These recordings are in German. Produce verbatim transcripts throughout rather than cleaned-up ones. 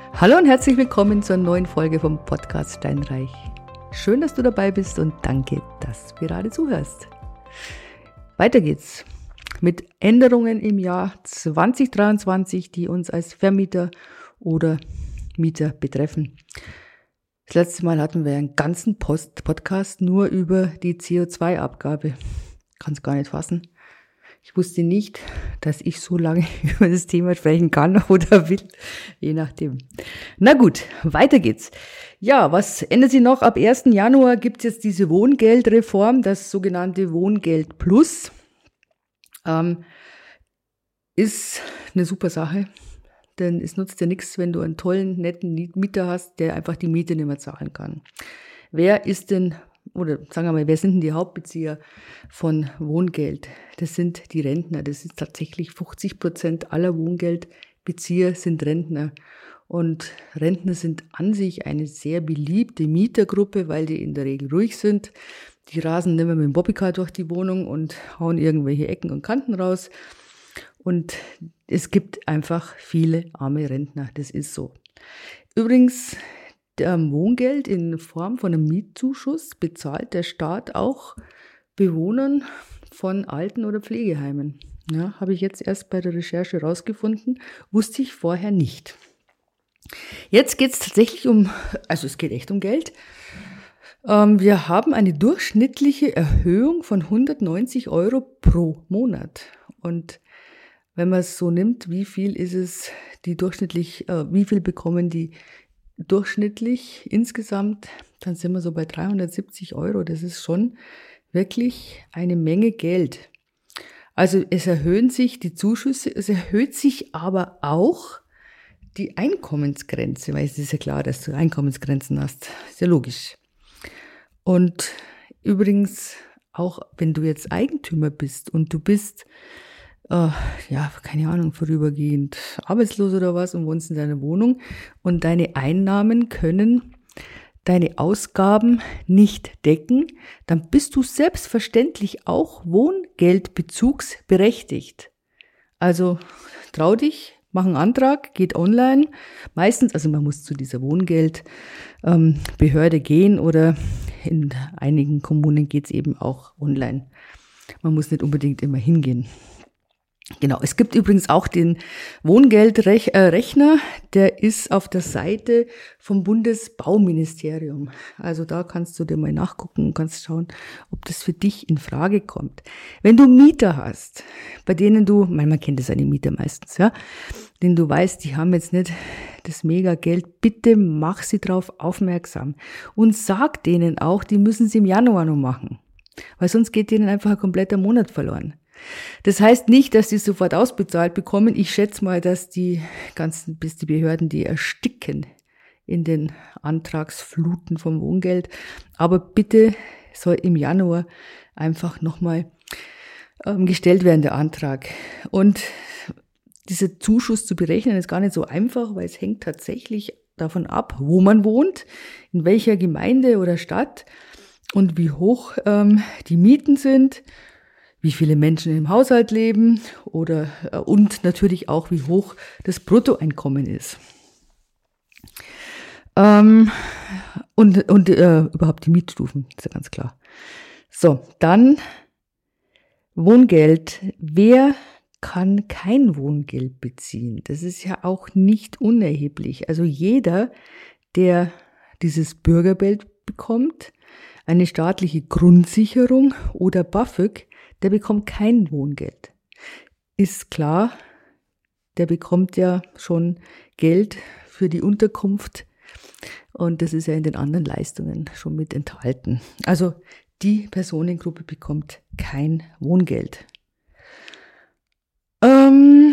Hallo und herzlich willkommen zur neuen Folge vom Podcast Steinreich. Schön, dass du dabei bist und danke, dass du gerade zuhörst. Weiter geht's mit Änderungen im Jahr zwanzig dreiundzwanzig, die uns als Vermieter oder Mieter betreffen. Das letzte Mal hatten wir einen ganzen Post- Podcast nur über die C O zwei Abgabe. Kann es gar nicht fassen. Ich wusste nicht, dass ich so lange über das Thema sprechen kann oder will, je nachdem. Na gut, weiter geht's. Ja, was ändert sich noch? Ab ersten Januar gibt es jetzt diese Wohngeldreform, das sogenannte Wohngeld Plus. Ähm, ist eine super Sache, denn es nutzt dir nichts, wenn du einen tollen, netten Mieter hast, der einfach die Miete nicht mehr zahlen kann. Wer ist denn Oder sagen wir mal, wer sind denn die Hauptbezieher von Wohngeld? Das sind die Rentner. Das ist tatsächlich fünfzig Prozent aller Wohngeldbezieher sind Rentner. Und Rentner sind an sich eine sehr beliebte Mietergruppe, weil die in der Regel ruhig sind. Die rasen nicht mehr mit dem Bobbycar durch die Wohnung und hauen irgendwelche Ecken und Kanten raus. Und es gibt einfach viele arme Rentner. Das ist so. Übrigens, Wohngeld in Form von einem Mietzuschuss bezahlt der Staat auch Bewohnern von Alten- oder Pflegeheimen. Ja, habe ich jetzt erst bei der Recherche rausgefunden, wusste ich vorher nicht. Jetzt geht es tatsächlich um, also es geht echt um Geld. Ähm, wir haben eine durchschnittliche Erhöhung von hundertneunzig Euro pro Monat. Und wenn man es so nimmt, wie viel ist es die durchschnittlich, äh, wie viel bekommen die durchschnittlich insgesamt, dann sind wir so bei dreihundertsiebzig Euro. Das ist schon wirklich eine Menge Geld. Also es erhöhen sich die Zuschüsse, es erhöht sich aber auch die Einkommensgrenze, weil es ist ja klar, dass du Einkommensgrenzen hast. Ist ja logisch. Und übrigens, auch wenn du jetzt Eigentümer bist und du bist Uh, ja, keine Ahnung, vorübergehend arbeitslos oder was und wohnst in deiner Wohnung und deine Einnahmen können deine Ausgaben nicht decken, dann bist du selbstverständlich auch wohngeldbezugsberechtigt. Also trau dich, mach einen Antrag, geht online. Meistens, also man muss zu dieser Wohngeldbehörde ähm, gehen oder in einigen Kommunen geht's eben auch online. Man muss nicht unbedingt immer hingehen. Genau, es gibt übrigens auch den Wohngeldrechner, der ist auf der Seite vom Bundesbauministerium. Also da kannst du dir mal nachgucken und kannst schauen, ob das für dich in Frage kommt. Wenn du Mieter hast, bei denen du, man kennt das eine Mieter meistens, ja, denen du weißt, die haben jetzt nicht das Mega-Geld, bitte mach sie drauf aufmerksam und sag denen auch, die müssen sie im Januar noch machen, weil sonst geht denen einfach ein kompletter Monat verloren. Das heißt nicht, dass die sofort ausbezahlt bekommen. Ich schätze mal, dass die ganzen, bis die Behörden, die ersticken in den Antragsfluten vom Wohngeld. Aber bitte soll im Januar einfach nochmal ähm, gestellt werden, der Antrag. Und dieser Zuschuss zu berechnen ist gar nicht so einfach, weil es hängt tatsächlich davon ab, wo man wohnt, in welcher Gemeinde oder Stadt und wie hoch ähm, die Mieten sind, wie viele Menschen im Haushalt leben oder und natürlich auch, wie hoch das Bruttoeinkommen ist. Ähm, und und äh, überhaupt die Mietstufen, ist ja ganz klar. So, dann Wohngeld. Wer kann kein Wohngeld beziehen? Das ist ja auch nicht unerheblich. Also jeder, der dieses Bürgergeld bekommt, eine staatliche Grundsicherung oder BAföG, der bekommt kein Wohngeld. Ist klar, der bekommt ja schon Geld für die Unterkunft und das ist ja in den anderen Leistungen schon mit enthalten. Also die Personengruppe bekommt kein Wohngeld. Ähm,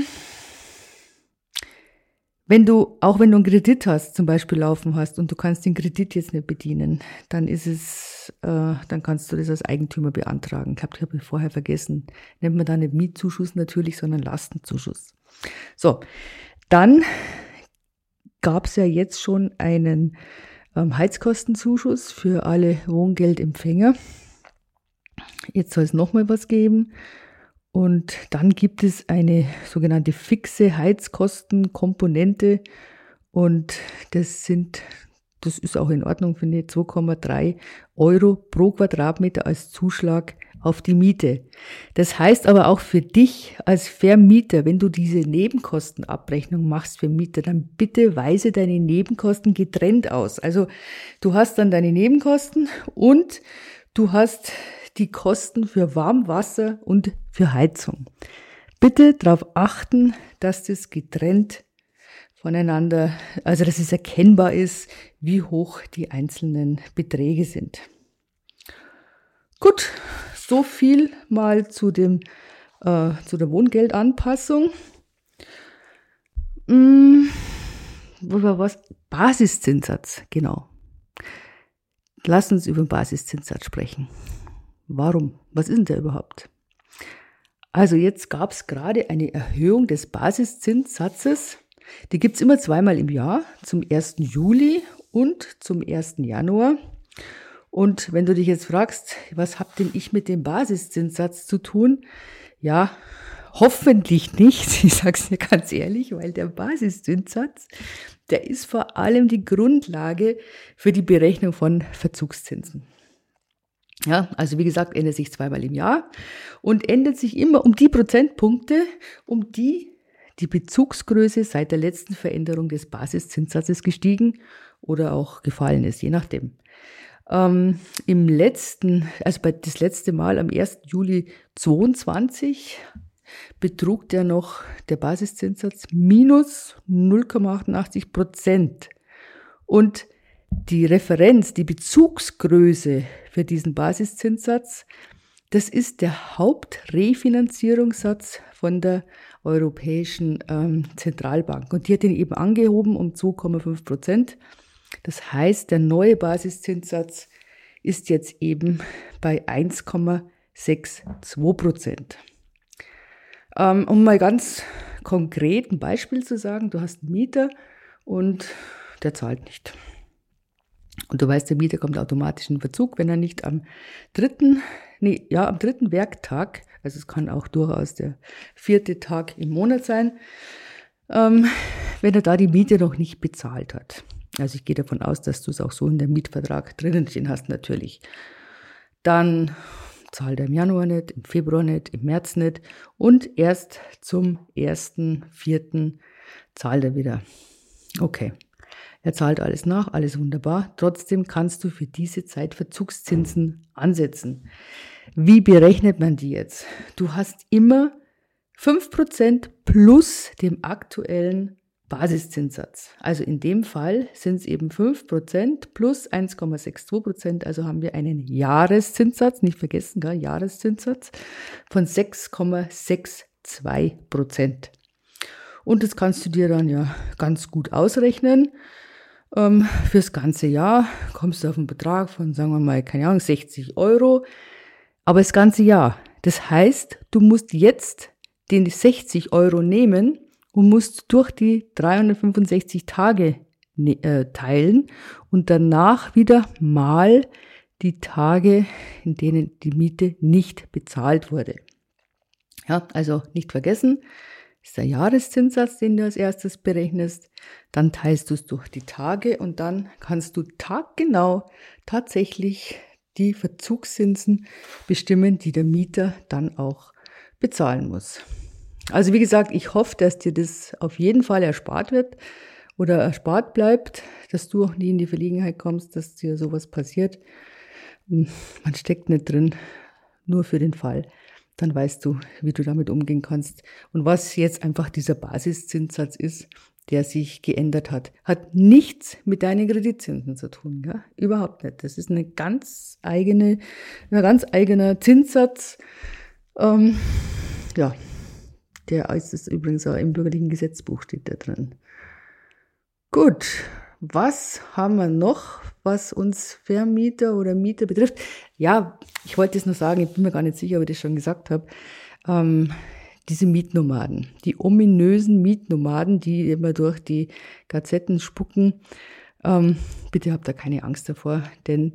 wenn du, auch wenn du einen Kredit hast, zum Beispiel laufen hast und du kannst den Kredit jetzt nicht bedienen, dann ist es, äh, dann kannst du das als Eigentümer beantragen. Ich glaube, ich habe vorher vergessen. Nennt man dann nicht Mietzuschuss natürlich, sondern Lastenzuschuss. So, dann gab es ja jetzt schon einen ähm, Heizkostenzuschuss für alle Wohngeldempfänger. Jetzt soll es nochmal was geben. Und dann gibt es eine sogenannte fixe Heizkostenkomponente Und das sind, das ist auch in Ordnung, finde ich, zwei Komma drei Euro pro Quadratmeter als Zuschlag auf die Miete. Das heißt aber auch für dich als Vermieter, wenn du diese Nebenkostenabrechnung machst für Mieter, dann bitte weise deine Nebenkosten getrennt aus. Also du hast dann deine Nebenkosten und du hast die Kosten für Warmwasser und für Heizung. Bitte darauf achten, dass das getrennt voneinander, also dass es erkennbar ist, wie hoch die einzelnen Beträge sind. Gut, so viel mal zu dem äh, zu der Wohngeldanpassung. Hm, was? Basiszinssatz, genau. Lass uns über den Basiszinssatz sprechen. Warum? Was ist denn der überhaupt? Also jetzt gab es gerade eine Erhöhung des Basiszinssatzes. Die gibt es immer zweimal im Jahr, zum ersten Juli und zum ersten Januar. Und wenn du dich jetzt fragst, was hab denn ich mit dem Basiszinssatz zu tun? Ja, hoffentlich nicht, ich sage es dir ganz ehrlich, weil der Basiszinssatz, der ist vor allem die Grundlage für die Berechnung von Verzugszinsen. Ja, also wie gesagt, ändert sich zweimal im Jahr und ändert sich immer um die Prozentpunkte, um die die Bezugsgröße seit der letzten Veränderung des Basiszinssatzes gestiegen oder auch gefallen ist, je nachdem. Ähm, im letzten, also bei das letzte Mal am ersten Juli zweiundzwanzig betrug der noch, der Basiszinssatz, minus null Komma achtundachtzig Prozent. Und die Referenz, die Bezugsgröße für diesen Basiszinssatz, das ist der Hauptrefinanzierungssatz von der Europäischen ähm, Zentralbank. Und die hat ihn eben angehoben um zwei Komma fünf Prozent. Das heißt, der neue Basiszinssatz ist jetzt eben bei eins Komma zweiundsechzig Prozent. Ähm, um mal ganz konkret ein Beispiel zu sagen, du hast einen Mieter und der zahlt nicht. Und du weißt, der Mieter kommt automatisch in Verzug, wenn er nicht am dritten, nee, ja, am dritten Werktag, also es kann auch durchaus der vierte Tag im Monat sein, ähm, wenn er da die Miete noch nicht bezahlt hat. Also ich gehe davon aus, dass du es auch so in dem Mietvertrag drinnen stehen hast, natürlich. Dann zahlt er im Januar nicht, im Februar nicht, im März nicht und erst zum ersten vierten zahlt er wieder. Okay. Er zahlt alles nach, alles wunderbar. Trotzdem kannst du für diese Zeit Verzugszinsen ansetzen. Wie berechnet man die jetzt? Du hast immer fünf Prozent plus dem aktuellen Basiszinssatz. Also in dem Fall sind es eben fünf Prozent plus eins Komma zweiundsechzig Prozent. Also haben wir einen Jahreszinssatz, nicht vergessen, gell, Jahreszinssatz von sechs Komma zweiundsechzig Prozent. Und das kannst du dir dann ja ganz gut ausrechnen. Ähm, fürs ganze Jahr kommst du auf einen Betrag von, sagen wir mal, keine Ahnung, sechzig Euro. Aber das ganze Jahr. Das heißt, du musst jetzt den sechzig Euro nehmen und musst durch die dreihundertfünfundsechzig Tage ne, äh, teilen und danach wieder mal die Tage, in denen die Miete nicht bezahlt wurde. Ja, also nicht vergessen, ist der Jahreszinssatz, den du als erstes berechnest, dann teilst du es durch die Tage und dann kannst du taggenau tatsächlich die Verzugszinsen bestimmen, die der Mieter dann auch bezahlen muss. Also wie gesagt, ich hoffe, dass dir das auf jeden Fall erspart wird oder erspart bleibt, dass du auch nie in die Verlegenheit kommst, dass dir sowas passiert. Man steckt nicht drin, nur für den Fall. Dann weißt du, wie du damit umgehen kannst. Und was jetzt einfach dieser Basiszinssatz ist, der sich geändert hat, hat nichts mit deinen Kreditzinsen zu tun, ja? Überhaupt nicht. Das ist eine ganz eigene, ein ganz eigener Zinssatz. Ähm, ja, der ist es übrigens auch im bürgerlichen Gesetzbuch steht da drin. Gut, was haben wir noch, was uns Vermieter oder Mieter betrifft? Ja, ich wollte es nur sagen, ich bin mir gar nicht sicher, ob ich das schon gesagt habe. Ähm, diese Mietnomaden, die ominösen Mietnomaden, die immer durch die Gazetten spucken, ähm, bitte habt da keine Angst davor, denn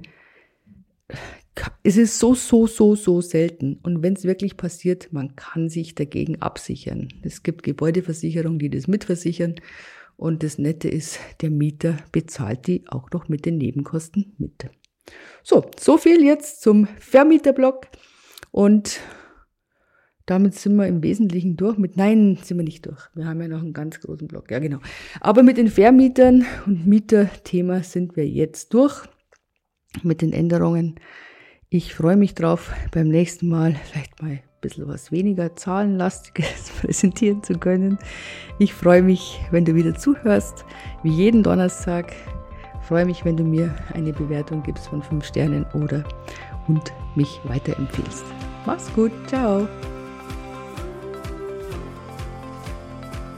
es ist so, so, so, so selten. Und wenn es wirklich passiert, man kann sich dagegen absichern. Es gibt Gebäudeversicherungen, die das mitversichern. Und das Nette ist, der Mieter bezahlt die auch noch mit den Nebenkosten mit. So, so viel jetzt zum Vermieterblock. Und damit sind wir im Wesentlichen durch. Mit Nein sind wir nicht durch. Wir haben ja noch einen ganz großen Block. Ja, genau. Aber mit den Vermietern und Mieterthema sind wir jetzt durch. Mit den Änderungen. Ich freue mich drauf, beim nächsten Mal vielleicht mal ein bisschen was weniger Zahlenlastiges präsentieren zu können. Ich freue mich, wenn du wieder zuhörst, wie jeden Donnerstag. Ich freue mich, wenn du mir eine Bewertung gibst von fünf Sternen oder und mich weiterempfiehlst. Mach's gut, ciao!